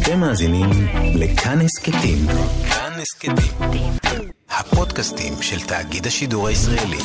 אתם מאזינים לכאן הסקטים. כאן הסקטים. הפודקאסטים של תאגיד השידור הישראלי.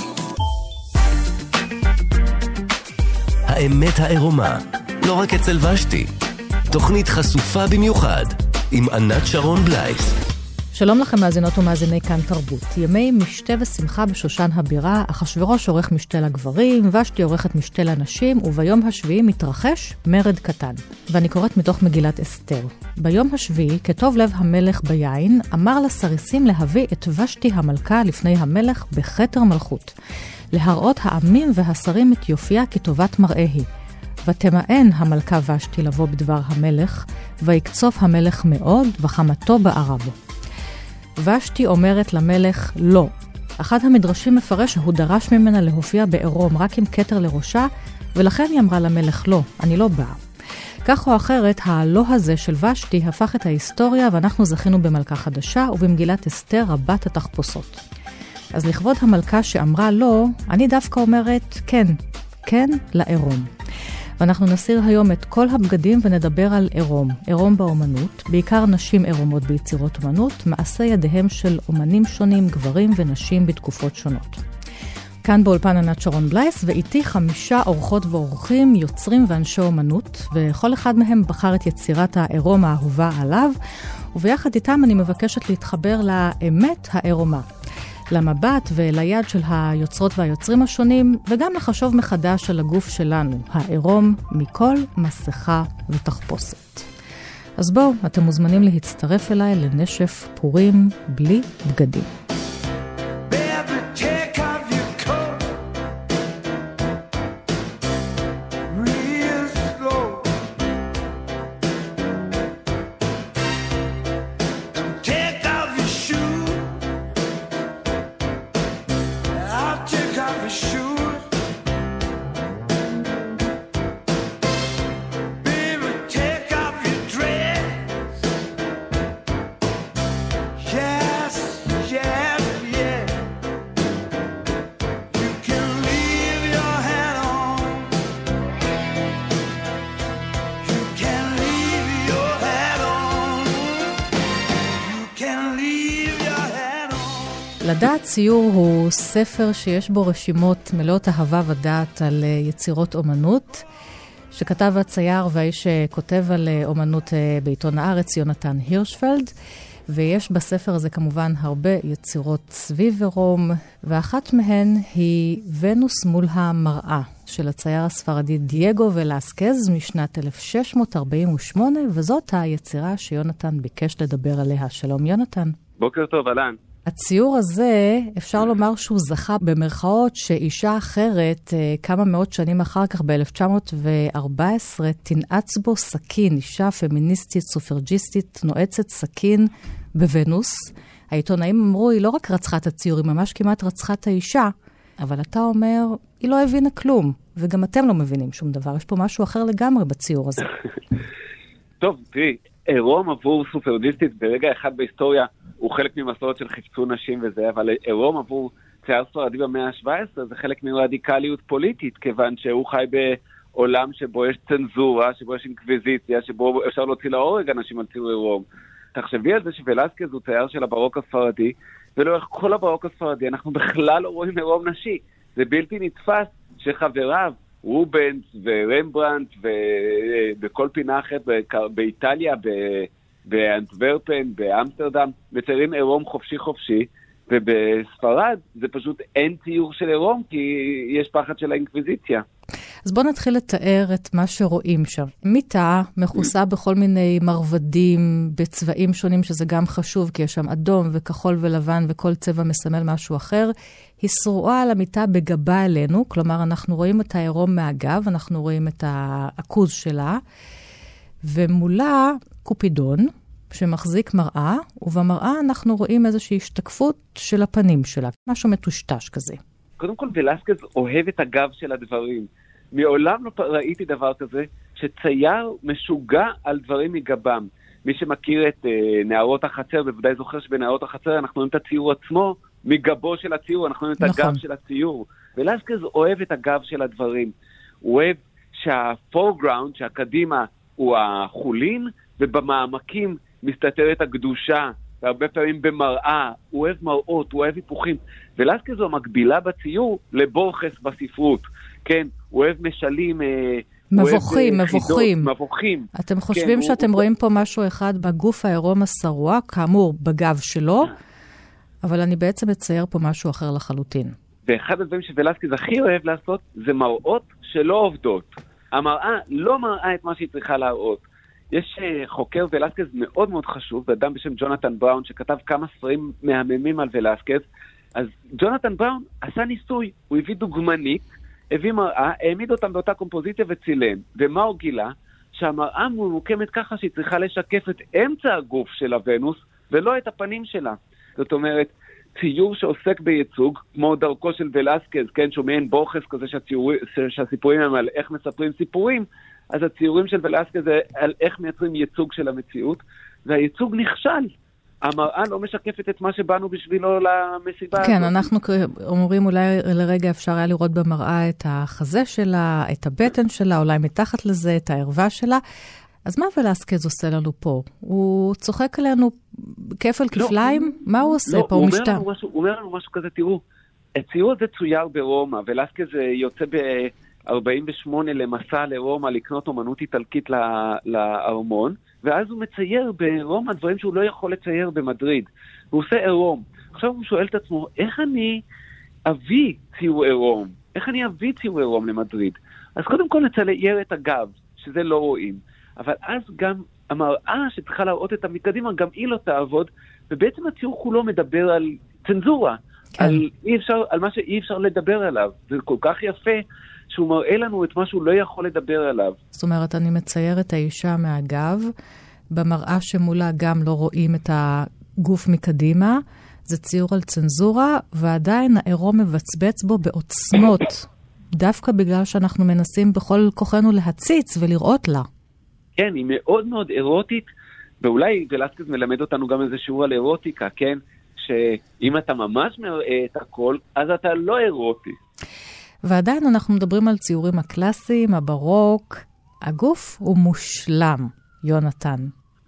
האמת העירומה, לא רק אצל ושתי. תוכנית חשופה במיוחד עם ענת שרון בלייס. שלום לכם מאזינות ומאזיני כאן תרבות. ימי משתה ושמחה בשושן הבירה, אחשוורוש עורך משתה לגברים, ושתי עורכת משתה לנשים, וביום השביעי מתרחש מרד קטן. ואני קוראת מתוך מגילת אסתר. ביום השביעי, כטוב לב המלך ביין, אמר לסריסים להביא את ושתי המלכה לפני המלך בכתר מלכות. להראות העמים והשרים את יופייה כטובת מראה היא. ותמאן המלכה ושתי לבוא בדבר המלך, ויקצוף המלך מאוד, וחמתו בערה בו. ושתי אומרת למלך לא. אחד המדרשים מפרש שהוא דרש ממנה להופיע בעירום רק עם כתר לראשה, ולכן היא אמרה למלך לא, אני לא באה. כך או אחרת, הלא הזה של ושתי הפך את ההיסטוריה, ואנחנו זכינו במלכה חדשה ובמגילת אסתר רבת התחפושות. אז לכבוד המלכה שאמרה לא, אני דווקא אומרת כן, כן לעירום. ואנחנו נסיר היום את כל הבגדים ונדבר על עירום. עירום באומנות, בעיקר נשים עירומות ביצירות אומנות, מעשה ידיהם של אומנים שונים, גברים ונשים בתקופות שונות. כאן באולפן ענת שרון בלייס, ואיתי 5 אורחות ואורחים, יוצרים ואנשי אומנות, וכל אחד מהם בחר את יצירת העירום האהובה עליו, וביחד איתם אני מבקשת להתחבר לאמת העירומה. למבט וליד של היוצרות והיוצרים השונים, וגם לחשוב מחדש על הגוף שלנו, העירום מכל מסכה ותחפושת. אז בואו, אתם מוזמנים להצטרף אליי לנשף פורים בלי בגדים. לדעת ציור הוא ספר שיש בו רשימות מלאות אהבה ודעת על יצירות אומנות, שכתב הצייר והאיש שכותב על אומנות בעיתון הארץ, יונתן הירשפלד, ויש בספר הזה כמובן הרבה יצירות סביב עירום, ואחת מהן היא ונוס מול המראה, של הצייר הספרדי דייגו ולסקז משנת 1648, וזאת היצירה שיונתן ביקש לדבר עליה. שלום יונתן. בוקר טוב, אלן. הציור הזה, אפשר לומר שהוא זכה במרכאות שאישה אחרת, כמה מאות שנים אחר כך, ב-1914, תנעץ בו סכין, אישה פמיניסטית, סופרג'יסטית, נועצת סכין בוונוס. העיתונאים אמרו, היא לא רק רצחה את הציור, היא ממש כמעט רצחה את האישה, אבל אתה אומר, היא לא הבינה כלום, וגם אתם לא מבינים שום דבר. יש פה משהו אחר לגמרי בציור הזה. טוב, תראי, עירום עבור סופרג'יסטית ברגע אחד בהיסטוריה, הוא חלק ממסורת של חפצו נשים וזה, אבל עירום עבור צייר ספרדי במאה ה-17 זה חלק מרדיקליות פוליטית, כיוון שהוא חי בעולם שבו יש צנזורה, שבו יש אינקוויזיציה, שבו אפשר להוציא להורג אנשים על ציור עירום. תחשבי על זה שוולסקז הוא צייר של הברוק הספרדי, ולאורך כל הברוק הספרדי אנחנו בכלל לא רואים עירום נשי. זה בלתי נתפס שחבריו, רובנס ורמברנט ובכל פינה אחרת באיטליה, באנטוורפן, באמסטרדם, מציירים עירום חופשי, ובספרד זה פשוט אין ציור של עירום, כי יש פחד של האינקוויזיציה. אז בואו נתחיל לתאר את מה שרואים שם. מיטה מכוסה בכל מיני מרבדים בצבעים שונים, שזה גם חשוב, כי יש שם אדום וכחול ולבן, וכל צבע מסמל משהו אחר. היא שרועה על המיטה בגבה אלינו, כלומר אנחנו רואים את העירום מהגב, אנחנו רואים את העכוז שלה, ומולה קופידון שמחזיק מראה, ובמראה אנחנו רואים איזושהי השתקפות של הפנים שלה, משהו מטושטש כזה. קודם כל ולסקז אוהב את הגב של הדברים. מעולם לא ראיתי דבר כזה שצייר משוגע על דברים מגבם. מי שמכיר את נערות החצר, בוודאי זוכר שבנערות החצר אנחנו רואים את הציור עצמו, מגבו של הציור, אנחנו רואים את הגב של הציור. ולסקז אוהב את הגב של הדברים. הוא אוהב שהפורגראונד, שהקדימה, הוא החולין, ובמעמקים מסתתרת הקדושה, והרבה פעמים במראה, הוא אוהב מראות, הוא אוהב היפוכים. ולסקז זו המקבילה בציור לבורכס בספרות, כן? הוא אוהב משלים, מבוכים. אתם חושבים שאתם רואים פה משהו אחד בגוף העירום השרוע, כאמור בגב שלו, אבל אני בעצם מצייר פה משהו אחר לחלוטין. ואחד הדברים שוולסקז הכי אוהב לעשות, זה מראות שלא עובדות. המראה לא מראה את מה שהיא צריכה להראות. יש חוקר ולסקז מאוד מאוד חשוב, אדם בשם ג'ונתן בראון, שכתב כמה ספרים מהממים על ולסקז. אז ג'ונתן בראון עשה ניסוי, הוא הביא דוגמנית, הביא מראה, העמיד אותם באותה קומפוזיציה וצילם. ומה הוא גילה? שהמראה מוקמת ככה שהיא צריכה לשקף את אמצע הגוף של הוונוס, ולא את הפנים שלה. זאת אומרת, ציור שעוסק בייצוג, כמו דרכו של ולסקז, כן, שהוא מעין בורכס כזה שהסיפורים הם על איך מספרים סיפורים, אז הציורים של ולסקז זה על איך מייצרים ייצוג של המציאות, והייצוג נכשל. המראה לא משקפת את מה שבאנו בשבילו למסיבה הזאת. כן, אנחנו אומרים אולי לרגע אפשר היה לראות במראה את החזה שלה, את הבטן שלה, אולי מתחת לזה, את הערווה שלה. אז מה ולסקז עושה לנו פה? הוא צוחק עלינו כפל כפליים? מה הוא עושה פה? הוא אומר לנו משהו כזה, תראו, הציור הזה צויר ברומא, ולסקז יוצא ב-48 למסע לרומא לקנות אומנות איטלקית לארמון, ואז הוא מצייר ברומא דברים שהוא לא יכול לצייר במדריד. הוא עושה עירום. עכשיו הוא שואל את עצמו, איך אני אביא ציור עירום? איך אני אביא ציור עירום למדריד? אז קודם כל נצייר את הגב, שזה לא רואים. אבל אז גם המראה שצריכה להראות את המקדימה, גם היא לא תעבוד, ובעצם הציור כולו מדבר על צנזורה, כן. על מה שאי אפשר לדבר עליו. זה כל כך יפה שהוא מראה לנו את מה שהוא לא יכול לדבר עליו. זאת אומרת, אני מצייר את האישה מהגב, במראה שמולה גם לא רואים את הגוף מקדימה, זה ציור על צנזורה, ועדיין העירום מבצבץ בו בעוצמות, דווקא בגלל שאנחנו מנסים בכל כוחנו להציץ ולראות לה. כן, היא מאוד מאוד אירוטית, ואולי ולסקז מלמד אותנו גם איזה שיעור על אירוטיקה, כן? שאם אתה ממש מראה את הכל, אז אתה לא אירוטי. ועדיין אנחנו מדברים על ציורים הקלאסיים, הברוק. הגוף הוא מושלם, יונתן.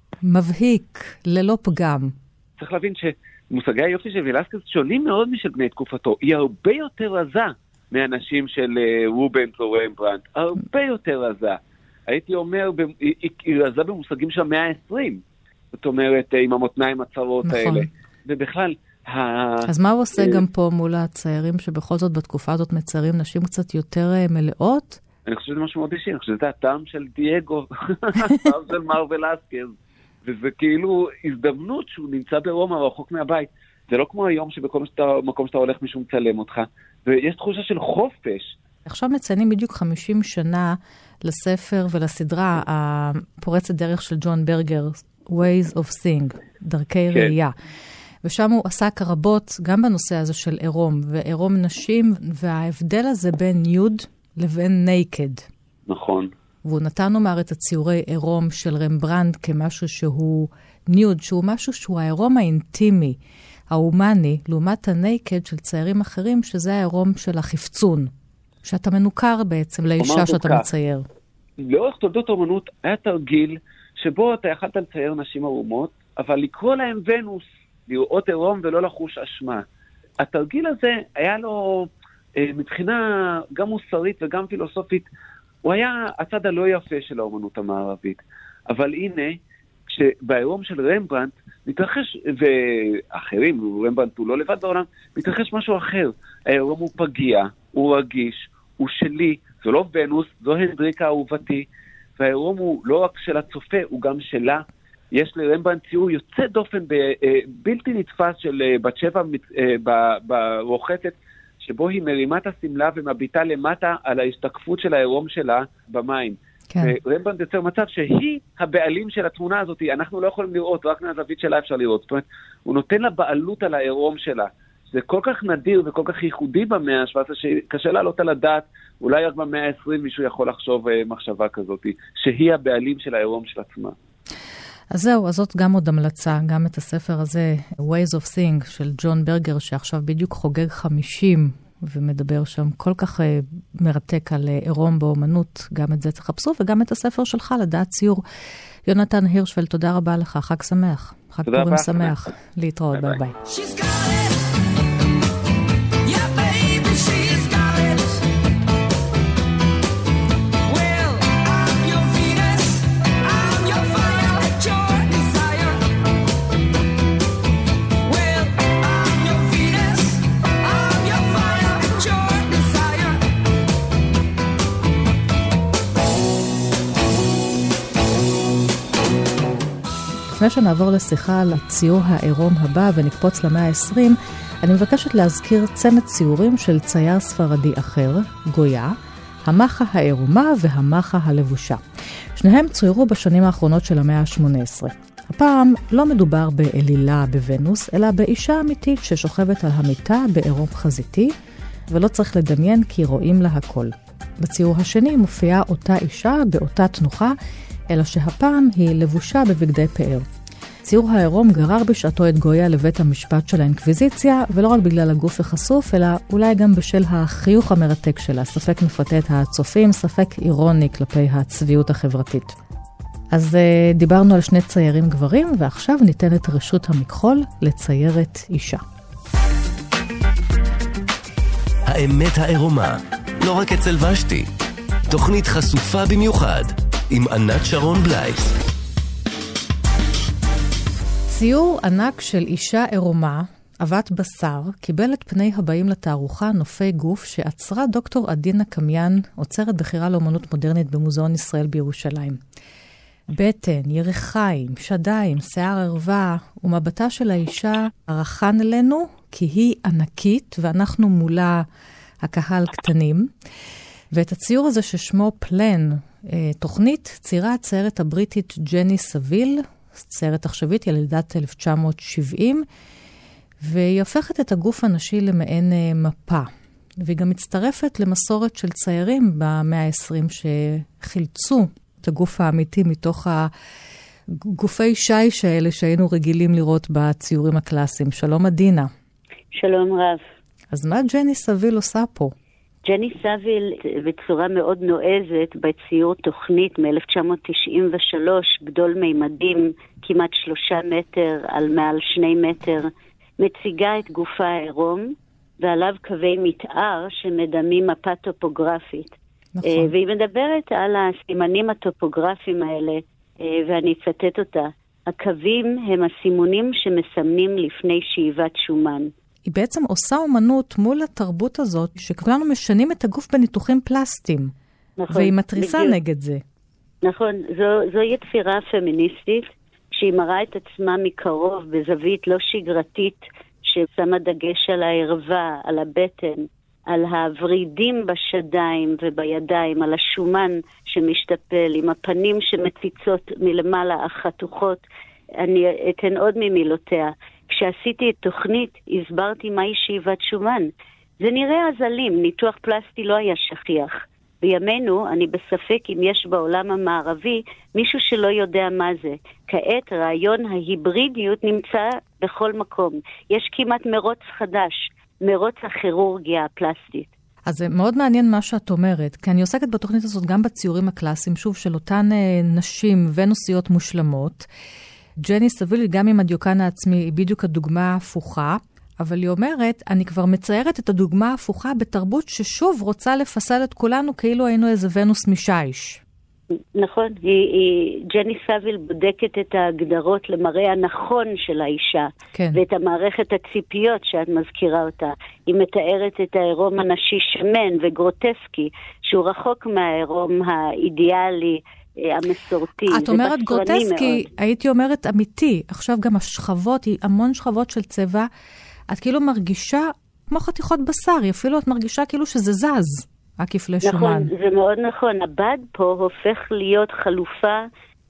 מבהיק, ללא פגם. צריך להבין שמושגי היופי של ולסקז שונים מאוד משל בני תקופתו. היא הרבה יותר רזה מאנשים של רובנס או רמברנדט. הרבה יותר רזה. הייתי אומר, היא רזה במושגים של המאה ה-20. זאת אומרת, עם המותניים הצרות נכון. האלה. ובכלל, אז מה הוא עושה גם פה מול הציירים שבכל זאת בתקופה הזאת מציירים נשים קצת יותר מלאות? אני חושב שזה משהו מאוד אישי, אני חושב שזה הטעם של דייגו, הטעם של מר ולסקז. וזה כאילו הזדמנות שהוא נמצא ברומא רחוק מהבית. זה לא כמו היום שבכל מקום שאתה הולך מישהו מצלם אותך. ויש תחושה של חופש. עכשיו מציינים בדיוק 50 שנה לספר ולסדרה הפורצת דרך של ג'ון ברגר, Ways of Seeing, דרכי ראייה. ושם הוא עסק רבות גם בנושא הזה של עירום, ועירום נשים, וההבדל הזה בין ניוד לבין ניקד. נכון. והוא נתן אומר את הציורי עירום של רמברנדט כמשהו שהוא ניוד, שהוא משהו שהוא העירום האינטימי, ההומני, לעומת הניקד של ציירים אחרים, שזה העירום של החפצון, שאתה מנוכר בעצם לאישה שאתה מצייר. לאורך תולדות האמנות היה תרגיל שבו אתה יכלת לצייר נשים ערומות, אבל לקרוא להם ונוס, לראות עירום ולא לחוש אשמה. התרגיל הזה היה לו, מבחינה גם מוסרית וגם פילוסופית, הוא היה הצד הלא יפה של האמנות המערבית. אבל הנה, כשבעירום של רמברנדט מתרחש, ואחרים, רמברנדט הוא לא לבד בעולם, מתרחש משהו אחר. העירום הוא פגיע, הוא רגיש, הוא שלי, זו לא ונוס, זו הנדריקה אהובתי, והעירום הוא לא רק של הצופה, הוא גם שלה. יש לרמברנדט ציור יוצא דופן בלתי נתפס של בת שבע ברוחצת, שבו היא מרימה את הסמלה ומביטה למטה על ההשתקפות של העירום שלה במים. כן. רמברנדט יוצר מצב שהיא הבעלים של התמונה הזאת, אנחנו לא יכולים לראות, רק מהזווית שלה אפשר לראות. זאת אומרת, הוא נותן לה בעלות על העירום שלה. זה כל כך נדיר וכל כך ייחודי במאה ה-17, שקשה לעלות על הדעת, אולי רק במאה ה-20 מישהו יכול לחשוב מחשבה כזאת, שהיא הבעלים של העירום של עצמה. אז זהו, אז זאת גם עוד המלצה, גם את הספר הזה, Ways of Seeing של ג'ון ברגר, שעכשיו בדיוק חוגג 50, ומדבר שם כל כך מרתק על עירום באומנות, גם את זה תחפשו, וגם את הספר שלך, לדעת ציור, יונתן הירשפלד, תודה רבה לך, חג שמח. חג פורים שמח. להתראות, ביי ביי. לפני שנעבור לשיחה על הציור העירום הבא ונקפוץ למאה ה-20, אני מבקשת להזכיר צמד ציורים של צייר ספרדי אחר, גויה, המחה העירומה והמחה הלבושה. שניהם צוירו בשנים האחרונות של המאה ה-18. הפעם לא מדובר באלילה בוונוס, אלא באישה אמיתית ששוכבת על המיטה בעירום חזיתי, ולא צריך לדמיין כי רואים לה הכל. בציור השני מופיעה אותה אישה באותה תנוחה, אלא שהפעם היא לבושה בבגדי פאר. ציור העירום גרר בשעתו את גויה לבית המשפט של האינקוויזיציה, ולא רק בגלל הגוף החשוף, אלא אולי גם בשל החיוך המרתק שלה, ספק מפתה את הצופים, ספק אירוני כלפי הצביעות החברתית. אז דיברנו על שני ציירים גברים, ועכשיו ניתן את רשות המכחול לציירת אישה. האמת העירומה, לא רק אצל ושתי. תוכנית חשופה במיוחד. עם ענת שרון בלייס. ציור ענק של אישה עירומה, אבת בשר, קיבל את פני הבאים לתערוכה נופי גוף שעצרה דוקטור עדינה קמיין, עוצרת בחירה לאומנות מודרנית במוזיאון ישראל בירושלים. בטן, ירחיים, שדיים, שיער ערווה, ומבטה של האישה ערכן אלינו, כי היא ענקית ואנחנו מולה הקהל קטנים. ואת הציור הזה ששמו פלן, תוכנית, ציירה הציירת הבריטית ג'ני סביל, ציירת עכשווית, ילידת 1970, והיא הופכת את הגוף הנשי למעין מפה. והיא גם מצטרפת למסורת של ציירים במאה ה-20 שחילצו את הגוף האמיתי מתוך הגופי שיש האלה שהיינו רגילים לראות בציורים הקלאסיים. שלום עדינה. שלום רב. אז מה ג'ני סביל עושה פה? ג'ני סביל בצורה מאוד נועזת בציור תוכנית מ-1993, גדול מימדים, כמעט 3 מטר על מעל 2 מטר, מציגה את גופה העירום, ועליו קווי מתאר שמדמים מפה טופוגרפית. נכון. והיא מדברת על הסימנים הטופוגרפיים האלה, ואני אצטט אותה. הקווים הם הסימונים שמסמנים לפני שאיבת שומן. היא בעצם עושה אומנות מול התרבות הזאת, שכולנו משנים את הגוף בניתוחים פלסטיים. נכון. והיא מטריסה בדיוק. נגד זה. נכון, זו יצירה פמיניסטית, שהיא מראה את עצמה מקרוב, בזווית לא שגרתית, ששמה דגש על הערווה, על הבטן, על הורידים בשדיים ובידיים, על השומן שמשתפל, עם הפנים שמציצות מלמעלה החתוכות. אני אתן עוד ממילותיה. כשעשיתי את תוכנית, הסברתי מהי שאיבת שומן. זה נראה הזלים, ניתוח פלסטי לא היה שכיח. בימינו, אני בספק אם יש בעולם המערבי מישהו שלא יודע מה זה. כעת, רעיון ההיברידיות נמצא בכל מקום. יש כמעט מרוץ חדש, מרוץ הכירורגיה הפלסטית. אז זה מאוד מעניין מה שאת אומרת, כי אני עוסקת בתוכנית הזאת גם בציורים הקלאסיים, שוב, של אותן נשים ונוסיות מושלמות. ג'ני סביל, גם עם הדיוקן העצמי, היא בדיוק הדוגמה ההפוכה, אבל היא אומרת, אני כבר מציירת את הדוגמה ההפוכה בתרבות ששוב רוצה לפסל את כולנו כאילו היינו איזה ונוס משיש. נכון, ג'ני סביל בודקת את ההגדרות למראה הנכון של האישה, כן. ואת המערכת הציפיות שאת מזכירה אותה. היא מתארת את העירום הנשי שמן וגרוטסקי, שהוא רחוק מהעירום האידיאלי, המסורתי. את אומרת גרוטסקי, הייתי אומרת אמיתי. עכשיו גם השכבות, היא המון שכבות של צבע, את כאילו מרגישה כמו חתיכות בשר, אפילו את מרגישה כאילו שזה זז, הכפלי שומן. נכון, זה מאוד נכון. הבד פה הופך להיות חלופה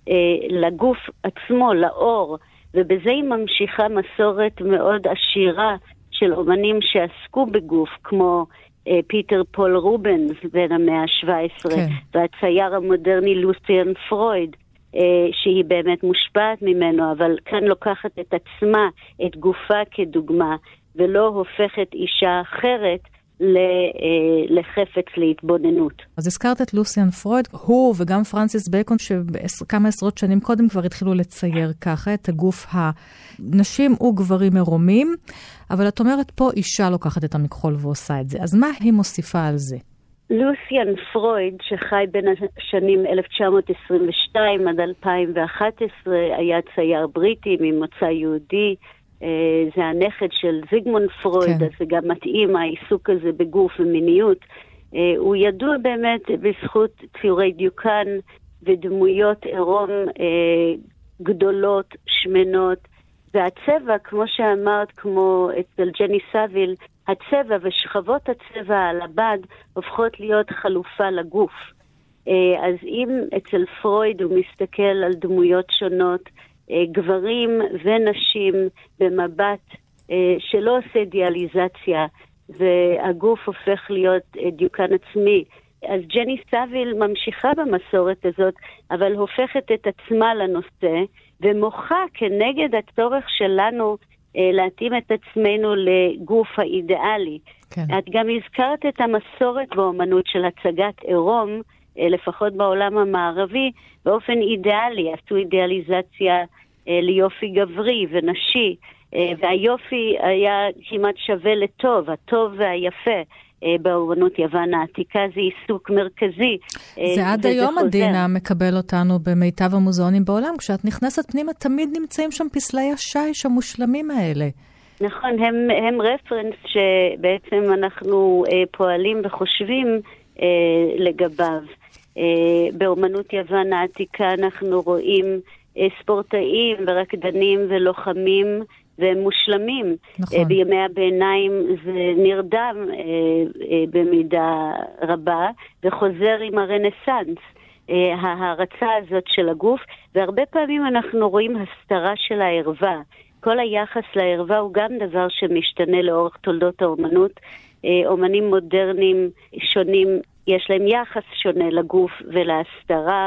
לגוף עצמו, לאור, ובזה היא ממשיכה מסורת מאוד עשירה של אומנים שעסקו בגוף, כמו פיטר פול רובנס בין המאה ה-17, כן. והצייר המודרני לוסיאן פרויד, שהיא באמת מושפעת ממנו, אבל כאן לוקחת את עצמה, את גופה כדוגמה, ולא הופכת אישה אחרת לחפץ להתבוננות. אז הזכרת את לוסיאן פרויד, הוא וגם פרנסיס בייקון, שכמה עשרות שנים קודם כבר התחילו לצייר ככה את הגוף הנשים וגברים עירומים, אבל את אומרת פה אישה לוקחת את המכחול ועושה את זה. אז מה היא מוסיפה על זה? לוסיאן פרויד, שחי בין השנים 1922 עד 2011, היה צייר בריטי ממוצא יהודי, זה הנכד של זיגמונד פרויד, כן. אז זה גם מתאים העיסוק הזה בגוף ומיניות. הוא ידוע באמת בזכות ציורי דיוקן ודמויות עירום גדולות, שמנות, והצבע, כמו שאמרת, כמו אצל ג'ני סאביל, הצבע ושכבות הצבע על הבד הופכות להיות חלופה לגוף. אז אם אצל פרויד הוא מסתכל על דמויות שונות, גברים ונשים במבט שלא עושה אידיאליזציה, והגוף הופך להיות דיוקן עצמי. אז ג'ני סאביל ממשיכה במסורת הזאת, אבל הופכת את עצמה לנושא, ומוחה כנגד הצורך שלנו להתאים את עצמנו לגוף האידיאלי. כן. את גם הזכרת את המסורת באומנות של הצגת עירום, לפחות בעולם המערבי, באופן אידיאלי, עשו אידיאליזציה ליופי גברי ונשי, והיופי היה כמעט שווה לטוב, הטוב והיפה. באומנות יוון העתיקה זה עיסוק מרכזי. זה עד היום עדינה מקבל אותנו במיטב המוזיאונים בעולם, כשאת נכנסת פנימה תמיד נמצאים שם פסלי השיש המושלמים האלה. נכון, הם רפרנס שבעצם אנחנו פועלים וחושבים לגביו. באומנות יוון העתיקה אנחנו רואים ספורטאים ורקדנים ולוחמים והם מושלמים. נכון. בימי הביניים זה נרדם במידה רבה, וחוזר עם הרנסנס, ההרצה הזאת של הגוף, והרבה פעמים אנחנו רואים הסתרה של הערווה. כל היחס לערווה הוא גם דבר שמשתנה לאורך תולדות האומנות. אומנים מודרניים שונים, יש להם יחס שונה לגוף ולהסתרה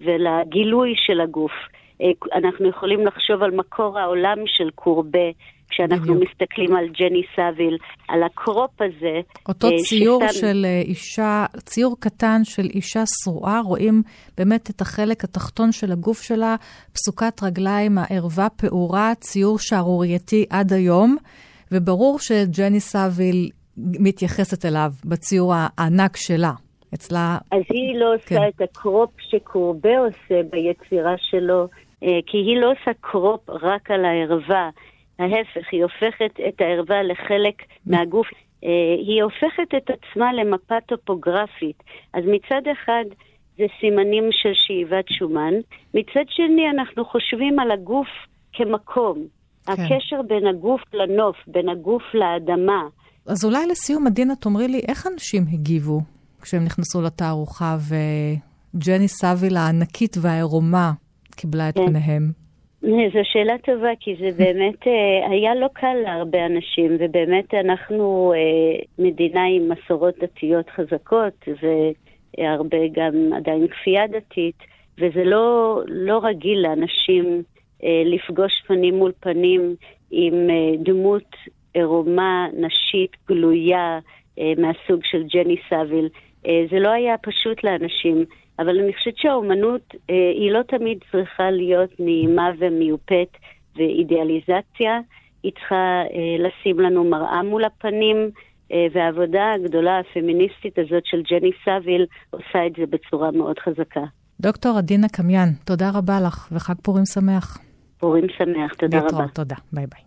ולגילוי של הגוף. אנחנו יכולים לחשוב על מקור העולם של קורבה, כשאנחנו מסתכלים על ג'ני סאביל, על הקרופ הזה. אותו ציור של אישה, ציור קטן של אישה שרועה, רואים באמת את החלק התחתון של הגוף שלה, פסוקת רגליים, הערווה פעורה, ציור שערורייתי עד היום, וברור שג'ני סאביל מתייחסת אליו בציור הענק שלה. אצלה... אז היא לא עושה את הקרופ שקורבה עושה ביצירה שלו, כי היא לא עושה קרופ רק על הערווה. ההפך, היא הופכת את הערווה לחלק מהגוף. היא הופכת את עצמה למפה טופוגרפית. אז מצד אחד זה סימנים של שאיבת שומן, מצד שני אנחנו חושבים על הגוף כמקום. כן. הקשר בין הגוף לנוף, בין הגוף לאדמה. אז אולי לסיום, עדינה, תאמרי לי, איך אנשים הגיבו כשהם נכנסו לתערוכה וג'ני סאביל הענקית והעירומה קיבלה את פניהם? זו שאלה טובה, כי זה באמת היה לא קל להרבה אנשים, ובאמת אנחנו מדינה עם מסורות דתיות חזקות, והרבה גם עדיין כפייה דתית, וזה לא רגיל לאנשים לפגוש פנים מול פנים עם דמות עירומה נשית גלויה מהסוג של ג'ני סאביל. זה לא היה פשוט לאנשים, אבל אני חושבת שהאומנות היא לא תמיד צריכה להיות נעימה ומיופת ואידיאליזציה. היא צריכה לשים לנו מראה מול הפנים, והעבודה הגדולה הפמיניסטית הזאת של ג'ני סאביל עושה את זה בצורה מאוד חזקה. דוקטור עדינה קמיין, תודה רבה לך וחג פורים שמח. פורים שמח, תודה רבה. תודה, ביי ביי.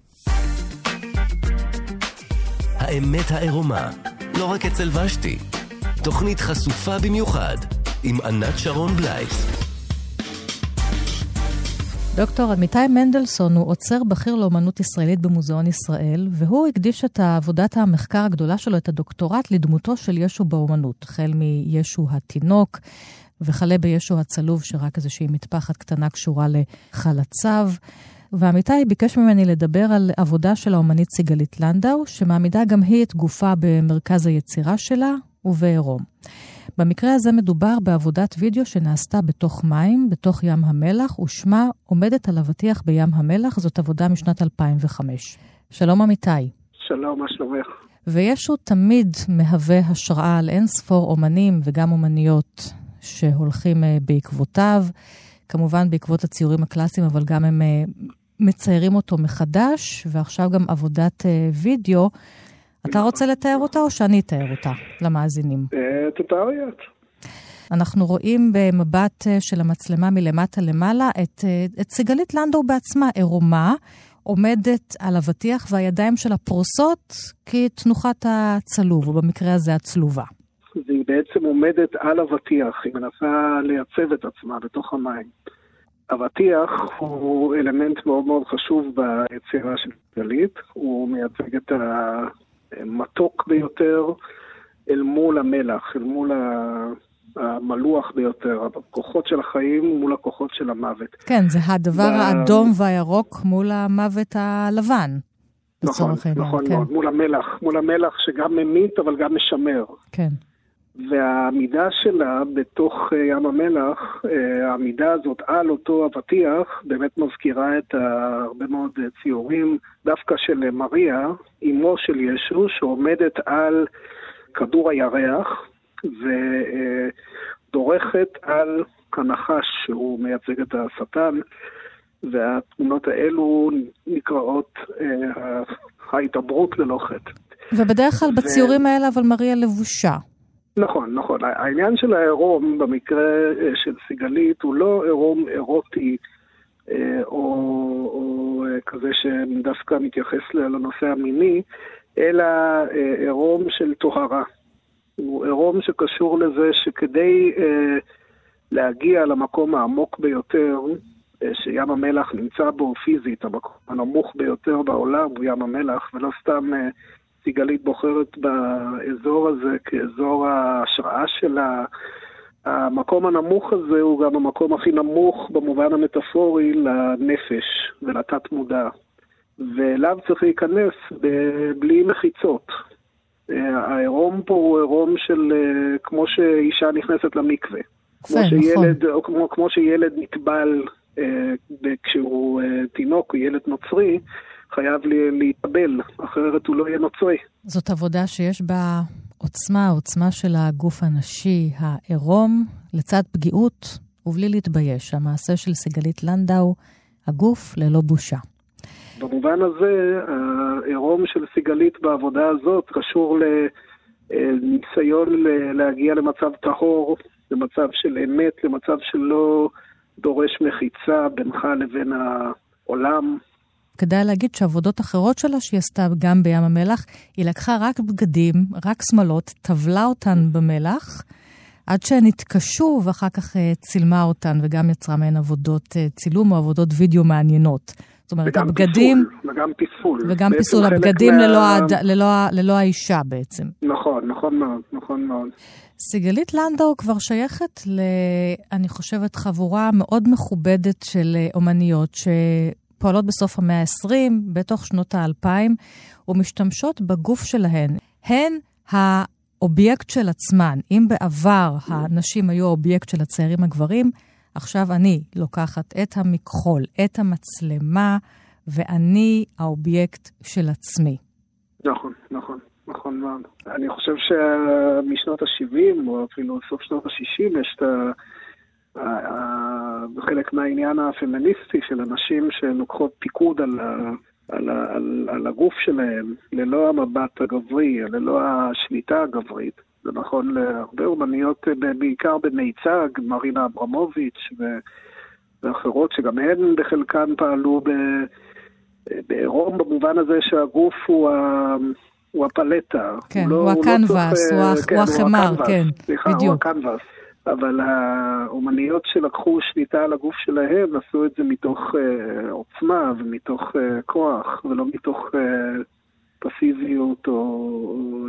האמת העירומה, לא רק אצל ושתי. תוכנית חשופה במיוחד עם ענת שרון בלייס. דוקטור עמיתי מנדלסון הוא עוצר בכיר לאומנות ישראלית במוזיאון ישראל, והוא הקדיש את עבודת המחקר הגדולה שלו, את הדוקטורט, לדמותו של ישו באומנות, החל מישו התינוק, וכלה בישו הצלוב, שרק איזושהי מטפחת קטנה קשורה לחלציו. ועמיתי ביקש ממני לדבר על עבודה של האומנית סיגלית לנדאו, שמעמידה גם היא את גופה במרכז היצירה שלה ובעירום. במקרה הזה מדובר בעבודת וידאו שנעשתה בתוך מים, בתוך ים המלח, ושמה עומדת על אבטיח בים המלח. זאת עבודה משנת 2005. שלום עמיתי. שלום, מה שלומך? וישו תמיד מהווה השראה על אין ספור אומנים וגם אומניות שהולכים בעקבותיו, כמובן בעקבות הציורים הקלאסיים, אבל גם הם מציירים אותו מחדש, ועכשיו גם עבודת וידאו. אתה רוצה לתאר אותה או שאני אתאר אותה למאזינים? תתארי את. אנחנו רואים במבט של המצלמה מלמטה למעלה את סיגלית לנדאו בעצמה, עירומה, עומדת על אבטיח והידיים שלה פרוסות כתנוחת הצלוב, או במקרה הזה הצלובה. היא בעצם עומדת על אבטיח, היא מנסה לייצב את עצמה בתוך המים. אבטיח הוא אלמנט מאוד מאוד חשוב ביצירה של סיגלית, הוא מייצג את המתוק ביותר אל מול המלח, אל מול המלוח ביותר, הכוחות של החיים מול הכוחות של המוות. כן, זה הדבר האדום והירוק מול המוות הלבן. נכון, נכון מאוד, מול המלח שגם ממית אבל גם משמר. כן. והעמידה שלה בתוך ים המלח, העמידה הזאת על אותו אבטיח, באמת מזכירה את הרבה מאוד ציורים, דווקא של מריה, אמו של ישו, שעומדת על כדור הירח, ודורכת על הנחש שהוא מייצג את השטן, והתמונות האלו נקראות ההתעברות ללא חטא. ובדרך כלל בציורים האלה אבל מריה לבושה. נכון, נכון. העניין של העירום במקרה של סיגלית הוא לא עירום אירוטי או כזה שדווקא מתייחס לנושא המיני, אלא עירום של טהרה. הוא עירום שקשור לזה שכדי להגיע למקום העמוק ביותר שים המלח נמצא בו פיזית, המקום הנמוך ביותר בעולם הוא ים המלח, ולא סתם סיגלית בוחרת באזור הזה כאזור ההשראה שלה. המקום הנמוך הזה הוא גם המקום הכי נמוך במובן המטאפורי לנפש ולתת מודע. ואליו צריך להיכנס בלי מחיצות. העירום פה הוא עירום של כמו שאישה נכנסת למקווה. כמו שילד נטבל כשהוא תינוק או ילד נוצרי, חייב להתאבל, אחרת הוא לא יהיה נוצרי. זאת עבודה שיש בה עוצמה של הגוף הנשי, העירום, לצד פגיעות ובלי להתבייש. המעשה של סיגלית לנדאו, הגוף ללא בושה. במובן הזה, העירום של סיגלית בעבודה הזאת קשור לניסיון להגיע למצב טהור, למצב של אמת, למצב שלא דורש מחיצה בינך לבין העולם. כדאי להגיד שעבודות אחרות שלה שהיא עשתה גם בים המלח, היא לקחה רק בגדים, רק שמלות, טבלה אותן במלח, עד שהן התקשו ואחר כך צילמה אותן וגם יצרה מהן עבודות צילום או עבודות וידאו מעניינות. זאת אומרת, הבגדים... וגם פיסול. וגם פיסול, הבגדים ללא האישה בעצם. נכון מאוד. סיגלית לנדאו כבר שייכת אני חושבת, חבורה מאוד מכובדת של אומניות שפועלות בסוף המאה ה-20, בתוך שנות ה-2000, ומשתמשות בגוף שלהן. הן האובייקט של עצמן. אם בעבר הנשים היו האובייקט של הצעירים הגברים, עכשיו אני לוקחת את המכחול, את המצלמה, ואני האובייקט של עצמי. נכון מאוד. אני חושב שמשנות ה-70, או אפילו סוף שנות ה-60, יש חלק מהעניין הפמיניסטי של אנשים שלוקחות פיקוד על הגוף שלהם, ללא המבט הגברי, ללא השליטה הגברית. זה נכון להרבה אומניות, בעיקר במיצג, מרינה אברמוביץ' ואחרות, שגם הן בחלקן פעלו בעירום, במובן הזה שהגוף הוא הפלטה. כן, הוא הקנבס, הוא החמר, כן, בדיוק. הוא הקנבס. אבל האומניות שלקחו שליטה על הגוף שלהם, עשו את זה מתוך עוצמה ומתוך כוח, ולא מתוך פסיביות או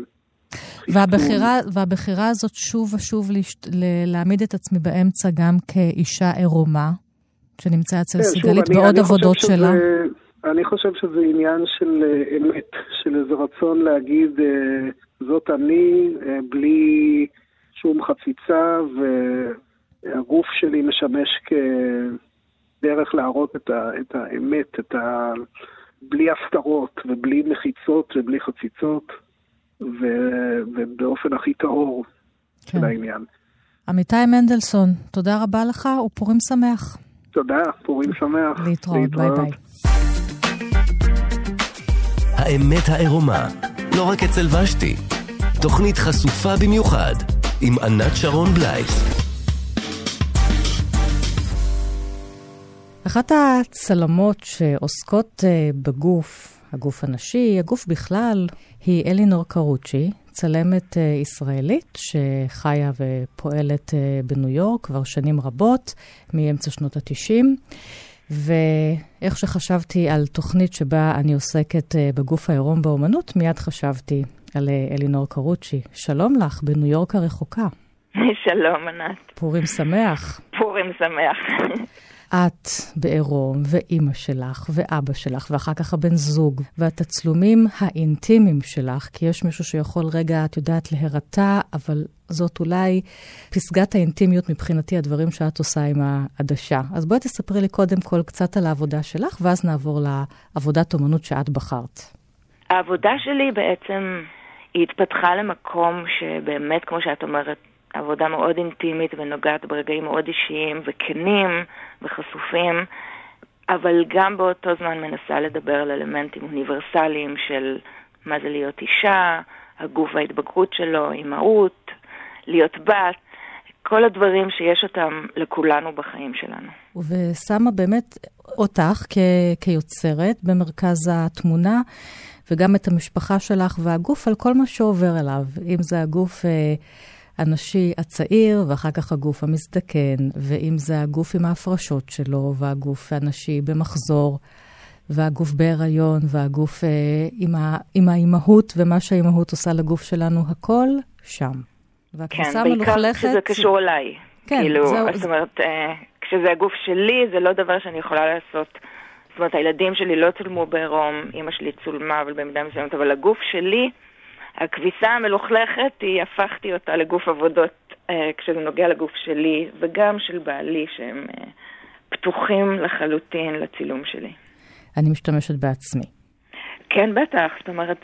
והבחירה הזאת שוב ושוב להעמיד את עצמי באמצע גם כאישה עירומה, שנמצא אצל סיגלית בעוד עבודות שלה. אני חושב שזה עניין של אמת, של איזה רצון להגיד, זאת אני, בלי שום חציצה, והגוף שלי משמש כדרך להראות את האמת, בלי הפתרות ובלי מחיצות ובלי חציצות. ובאופן הכי טהור של העניין. עמיתי מנדלסון, תודה רבה לך ופורים שמח. תודה, פורים שמח. להתראות, ביי ביי. האמת העירומה, לא רק אצל ושתי. תוכנית חשופה במיוחד עם ענת שרון בלייס. אחת הצלמות שעוסקות בגוף, הגוף הנשי, הגוף בכלל, היא אלינור קרוצ'י, צלמת ישראלית שחיה ופועלת בניו יורק כבר שנים רבות, מאמצע שנות ה-90. ואיך שחשבתי על תוכנית שבה אני עוסקת בגוף העירום באומנות, מיד חשבתי על אלינור קרוצ'י. שלום לך, בניו יורק הרחוקה. שלום, ענת. פורים שמח. פורים שמח. את בעירום, ואימא שלך, ואבא שלך, ואחר כך הבן זוג, והתצלומים האינטימיים שלך, כי יש מישהו שיכול רגע, את יודעת, להירתע, אבל זאת אולי פסגת האינטימיות מבחינתי, הדברים שאת עושה עם העדשה. אז בואי תספרי לי קודם כל קצת על העבודה שלך, ואז נעבור לעבודת אומנות שאת בחרת. העבודה שלי בעצם היא התפתחה למקום שבאמת, כמו שאת אומרת, עבודה מאוד אינטימית ונוגעת ברגעים מאוד אישיים וכנים וחשופים, אבל גם באותו זמן מנסה לדבר על אלמנטים אוניברסליים של מה זה להיות אישה, הגוף וההתבגרות שלו, אימהות, להיות בת, כל הדברים שיש אותם לכולנו בחיים שלנו. ושמה באמת אותך כיוצרת במרכז התמונה, וגם את המשפחה שלך והגוף על כל מה שעובר אליו, אם זה הגוף הנשי הצעיר, ואחר כך הגוף המזדקן, ואם זה הגוף עם ההפרשות שלו, והגוף הנשי במחזור, והגוף בהיריון, והגוף עם האימהות, ומה שהאימהות עושה לגוף שלנו, הכל שם. כן, בעיקר כשזה קשור אליי. כן, כאילו, זאת אומרת, כשזה הגוף שלי, זה לא דבר שאני יכולה לעשות. זאת אומרת, הילדים שלי לא צולמו בעירום, אמא שלי צולמה, אבל במידה מסוימת, אבל הגוף שלי, הכביסה המלוכלכת, הפכתי אותה לגוף עבודות כשזה נוגע לגוף שלי, וגם של בעלי, שהם פתוחים לחלוטין לצילום שלי. אני משתמשת בעצמי. כן, בטח. זאת אומרת,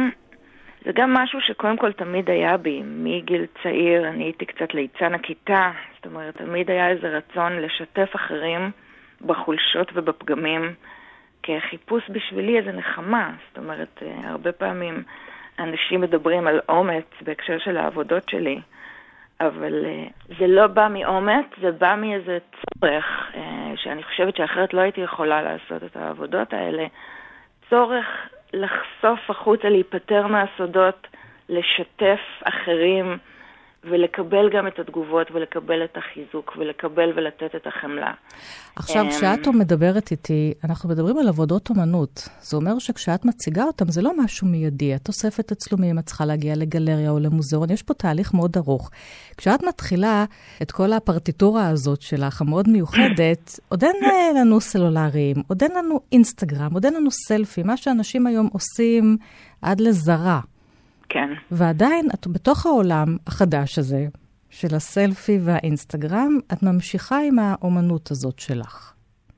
זה גם משהו שקודם כל תמיד היה בי. מגיל צעיר אני הייתי קצת ליצן הכיתה. זאת אומרת, תמיד היה איזה רצון לשתף אחרים בחולשות ובפגמים, כחיפוש בשבילי איזה נחמה. זאת אומרת, הרבה פעמים אנשים מדברים על אומץ בהקשר של העבודות שלי, אבל זה לא בא מאומץ, זה בא מאיזה צורך, שאני חושבת שאחרת לא הייתי יכולה לעשות את העבודות האלה. צורך לחשוף החוצה, להיפטר מהסודות, לשתף אחרים, ולקבל גם את התגובות, ולקבל את החיזוק, ולקבל ולתת את החמלה. עכשיו, כשאת מדברת איתי, אנחנו מדברים על עבודות אומנות. זה אומר שכשאת מציגה אותם, זה לא משהו מיידי. את אוספת תצלומים, את צריכה להגיע לגלריה או למוזיאון. יש פה תהליך מאוד ארוך. כשאת מתחילה את כל הפרטיטורה הזאת שלך, המאוד מיוחדת, עוד אין לנו סלולריים, עוד אין לנו אינסטגרם, עוד אין לנו סלפי, מה שאנשים היום עושים עד לזרה. כן. ועדיין, את בתוך העולם החדש הזה, של הסלפי והאינסטגרם, את ממשיכה עם האומנות הזאת שלך.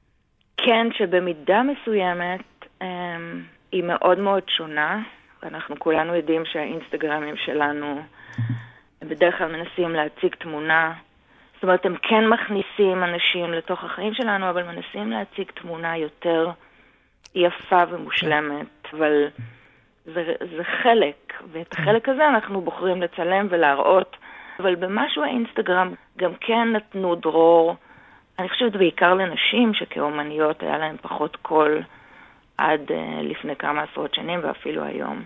כן, שבמידה מסוימת היא מאוד מאוד שונה, ואנחנו כולנו יודעים שהאינסטגרמים שלנו בדרך כלל מנסים להציג תמונה, זאת אומרת, הם כן מכניסים אנשים לתוך החיים שלנו, אבל מנסים להציג תמונה יותר יפה ומושלמת, אבל זה חלק, ואת החלק הזה אנחנו בוחרים לצלם ולהראות, אבל במשהו האינסטגרם גם כן נתנו דרור, אני חושבת בעיקר לנשים שכאומניות היה להם פחות קול עד לפני כמה עשרות שנים ואפילו היום,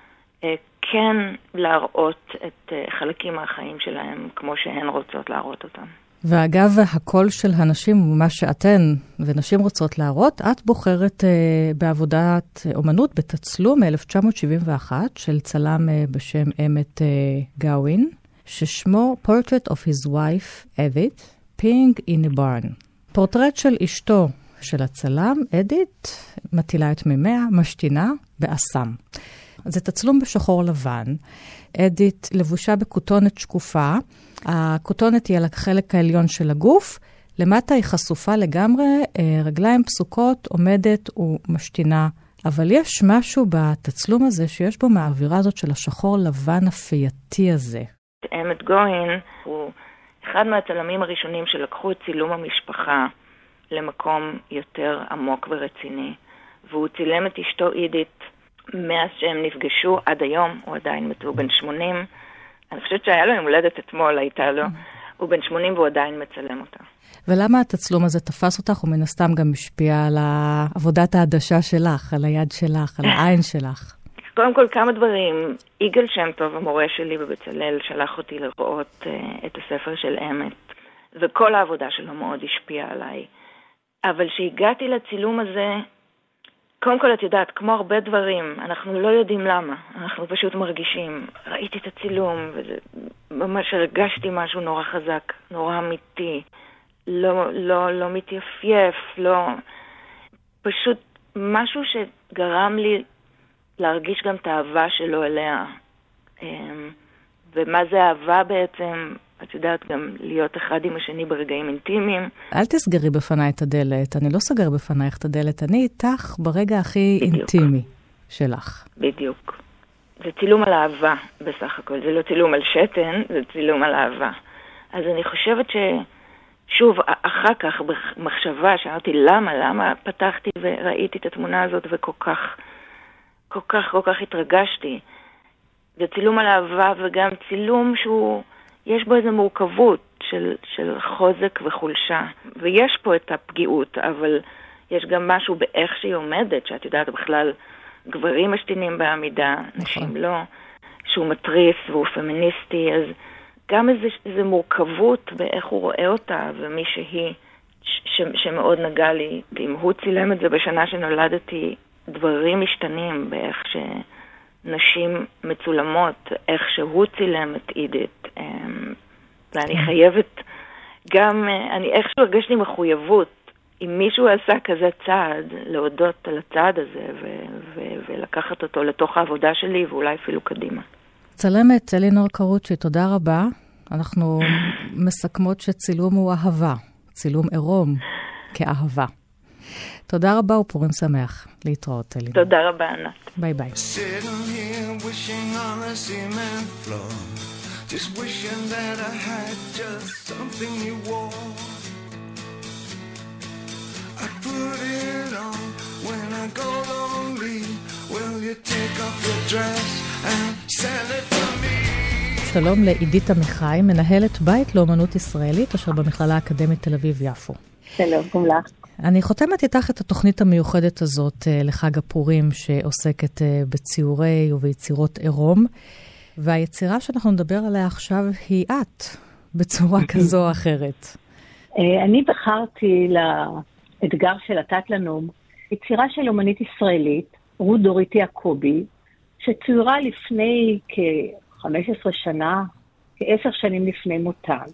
כן להראות את חלקים מהחיים שלהם כמו שהן רוצות להראות אותם. ואגב, הקול של הנשים, מה שאתן ונשים רוצות להראות, את בוחרת בעבודת אומנות בתצלום מ-1971 של צלם בשם אמת גאווין, ששמו Portrait of his wife, Edith, Peeing in a Barn. פורטרט של אשתו של הצלם, אדית, מטילה את מימיה, משתינה באסם. זה תצלום בשחור לבן. אדית לבושה בכותונת שקופה. הכותונת היא על החלק העליון של הגוף. למטה היא חשופה לגמרי, רגליים פסוקות, עומדת ומשתינה אבל יש משהו בתצלום הזה שיש בו מהאווירה הזאת של השחור לבן הפייתי הזה. אמת גוין הוא אחד מהצלמים הראשונים שלקחו את צילום המשפחה למקום יותר עמוק ורציני. והוא צילם את אשתו עידית מאז שהם נפגשו עד היום, הוא עדיין הוא בן 80. אני חושבת שהיה לו יום הולדת אתמול, הייתה לו. הוא בן 80 והוא עדיין מצלם אותה. ולמה התצלום הזה תפס אותך, ומן הסתם גם משפיע על עבודת העדשה שלך, על היד שלך, על העין שלך? קודם כל כמה דברים. יגאל שם טוב, המורה שלי בבצלאל, שלח אותי לראות את הספר של אמת, וכל העבודה שלו מאוד השפיעה עליי. אבל שהגעתי לצילום הזה, קודם כל את יודעת, כמו הרבה דברים, אנחנו לא יודעים למה, אנחנו פשוט מרגישים. ראיתי את הצילום, וממש הרגשתי משהו נורא חזק, נורא אמיתי, לא מתייפייף, פשוט משהו שגרם לי להרגיש גם את האהבה שלו אליה. ומה זה אהבה בעצם? את יודעת גם להיות אחד עם השני ברגעים אינטימיים. אל תסגרי בפניי את הדלת, אני לא סגר בפנייך את הדלת, אני איתך ברגע הכי אינטימי שלך. בדיוק. זה צילום על אהבה בסך הכל, זה לא צילום על שתן, זה צילום על אהבה. אז אני חושבת שוב, אחר כך במחשבה שאמרתי למה פתחתי וראיתי את התמונה הזאת וכל כך התרגשתי. זה צילום על אהבה וגם צילום שהוא יש בו איזו מורכבות של חוזק וחולשה. ויש פה את הפגיעות, אבל יש גם משהו באיך שהיא עומדת, שאת יודעת בכלל, גברים משתינים בעמידה, נשים לא, שהוא מטריס והוא פמיניסטי, אז גם איזו מורכבות באיך הוא רואה אותה, ומי שהיא, שמאוד נגע לי, אם הוא צילם את זה בשנה שנולדתי, דברים משתנים באיך נשים מצולמות, איך שהוא צילם את עידית. ואני חייבת גם, אני איכשהו הרגש לי מחויבות, אם מישהו עשה כזה צעד, להודות על הצעד הזה ולקחת אותו לתוך העבודה שלי ואולי אפילו קדימה. צלמת אלינור קרוצ'י, תודה רבה. אנחנו מסכמות שצילום הוא אהבה, צילום עירום כאהבה. תודה רבה ופורים שמח. להתראות, אלינור. תודה רבה, ענת. ביי ביי. Just wishing that I had just something you wore. I put it on when I go lonely. Will you take off your dress and send it to me? שלום לעידית עמיחי, מנהלת בית לאומנות ישראלית אשר במכללה האקדמית תל אביב-יפו. שלום, גם לך. אני חותמת איתך את התוכנית המיוחדת הזאת לחג הפורים שעוסקת בציורי וביצירות עירום. והיצירה שאנחנו נדבר עליה עכשיו היא את, בצורה כזו או אחרת. אני בחרתי לאתגר של התת-לנום, יצירה של אומנית ישראלית, רות דורית יעקבי, שצוירה לפני כ-15 שנה, כ10 שנים לפני מותן.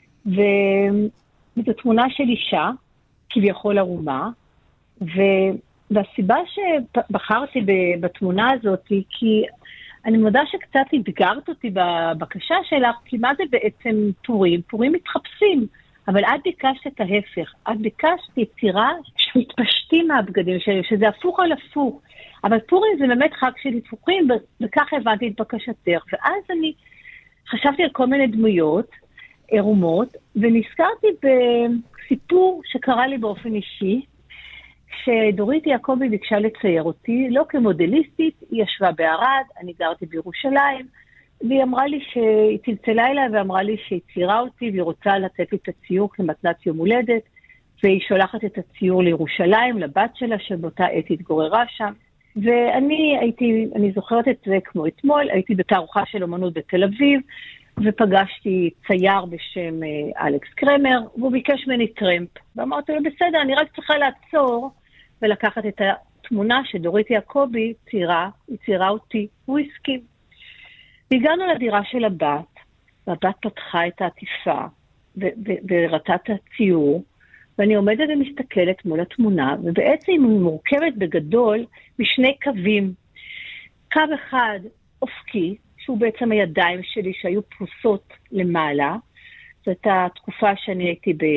וזו תמונה של אישה, כביכול ערומה, והסיבה שבחרתי בתמונה הזאת היא כי אני מודה שקצת התגרת אותי בבקשה שלך, כי מה זה בעצם פורים? פורים מתחפשים, אבל את ביקשת את ההפך. את ביקשת יצירה שמתפשטים מהבגדים שלי, שזה הפוך על הפוך. אבל פורים זה באמת חג של היפוכים, וכך הבנתי את בקשתך. ואז אני חשבתי על כל מיני דמויות עירומות, ונזכרתי בסיפור שקרה לי באופן אישי, כשדורית יעקבי ביקשה לצייר אותי, לא כמודליסטית, היא ישבה בערד, אני גרתי בירושלים, והיא אמרה לי שהיא צלצלה אליי ואמרה לי שהיא ציירה אותי, והיא רוצה לתת לי את הציור כמתנת יום הולדת, והיא שולחת את הציור לירושלים, לבת שלה, שבאותה עת התגוררה שם. ואני זוכרת את זה כמו אתמול, הייתי בתערוכה של אומנות בתל אביב, ופגשתי צייר בשם אלכס קרמר, והוא ביקש ממני טרמפ. ואמרתי לו, בסדר, אני רק צריכה לעצור ולקחת את התמונה שדורית יעקבי ציירה אותי. הוא הסכים. והגענו לדירה של הבת, והבת פתחה את העטיפה, וראתה את הציור, ואני עומדת ומסתכלת מול התמונה, ובעצם היא מורכבת בגדול משני קווים. קו אחד אופקי, שהוא בעצם הידיים שלי שהיו פרוסות למעלה. זאת התקופה שאני הייתי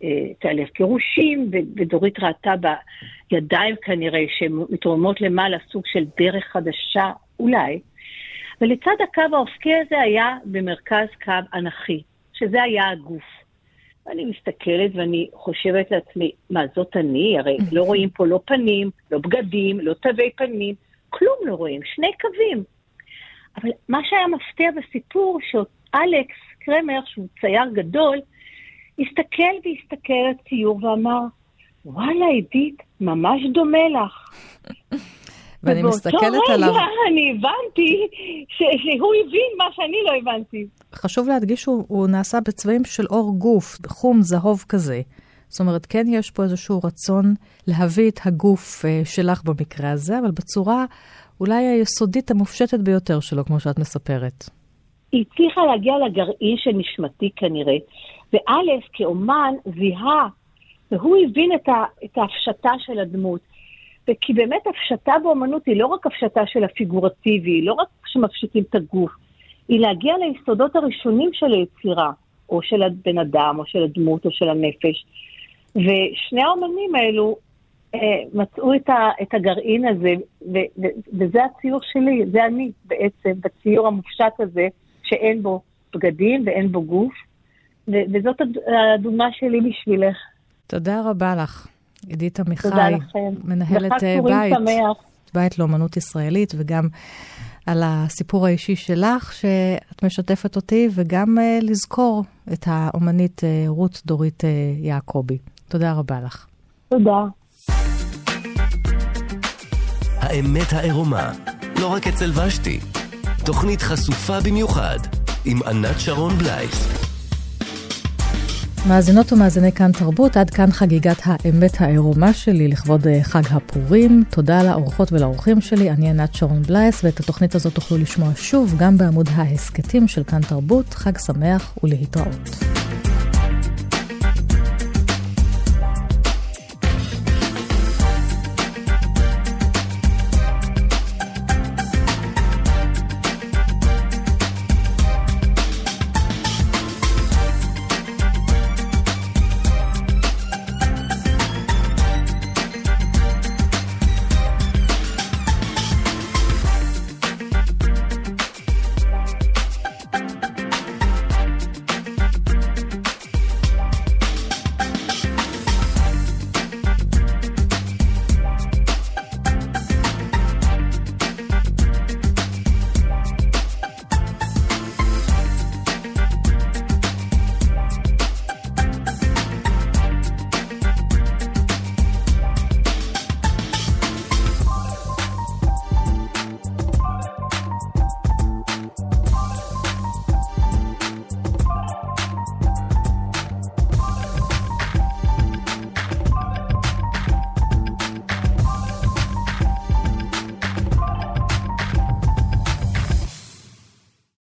תעלף גירושים, ודורית ראתה בידיים כנראה שמתרוממות למעלה סוג של דרך חדשה, אולי. ולצד הקו האופקי הזה היה במרכז קו אנכי, שזה היה הגוף. אני מסתכלת ואני חושבת לעצמי, מה זאת אני? הרי לא רואים פה לא פנים, לא בגדים, לא תווי פנים, כלום לא רואים, שני קווים. אבל מה שהיה מפתיע בסיפור, שאלכס קרמר, שהוא צייר גדול, הסתכל והסתכל על ציור ואמר, וואלה עידית, ממש דומה לך. ואני מסתכלת עליו. אני הבנתי שהוא הבין מה שאני לא הבנתי. חשוב להדגיש שהוא נעשה בצבעים של אור גוף, חום זהוב כזה. זאת אומרת, כן יש פה איזשהו רצון להביא את הגוף שלך במקרה הזה, אבל בצורה אולי היסודית המופשטת ביותר שלו, כמו שאת מספרת. היא הצליחה להגיע לגרעין של נשמתי כנראה, ואלף כאומן זיהה, והוא הבין את ההפשטה של הדמות. וכי באמת הפשטה באומנות היא לא רק הפשטה של הפיגורטיבי, לא רק שמפשטים את הגוף, היא להגיע ליסודות הראשונים של היצירה, או של הבן אדם, או של הדמות, או של הנפש. ושני האומנים האלו מצאו את הגרעין הזה, וזה הציור שלי, זה אני בעצם, בציור המופשט הזה, שאין בו בגדים ואין בו גוף, וזאת הדוגמה שלי בשבילך. תודה רבה לך, עידית עמיחי, מנהלת בית לאומנות ישראלית, וגם על הסיפור האישי שלך שאת משתפת אותי, וגם לזכור את האומנית רות דורית יעקובי. תודה רבה לך. תודה. האמת העירומה, לא רק אצל ושתי. תוכנית חשופה במיוחד עם ענת שרון בלייס. מאזינות ומאזיני כאן תרבות, עד כאן חגיגת האמת העירומה שלי לכבוד חג הפורים. תודה לאורחות ולאורחים שלי, אני ענת שרון בלייס, ואת התוכנית הזאת תוכלו לשמוע שוב גם בעמוד ההסקטים של כאן תרבות. חג שמח ולהתראות.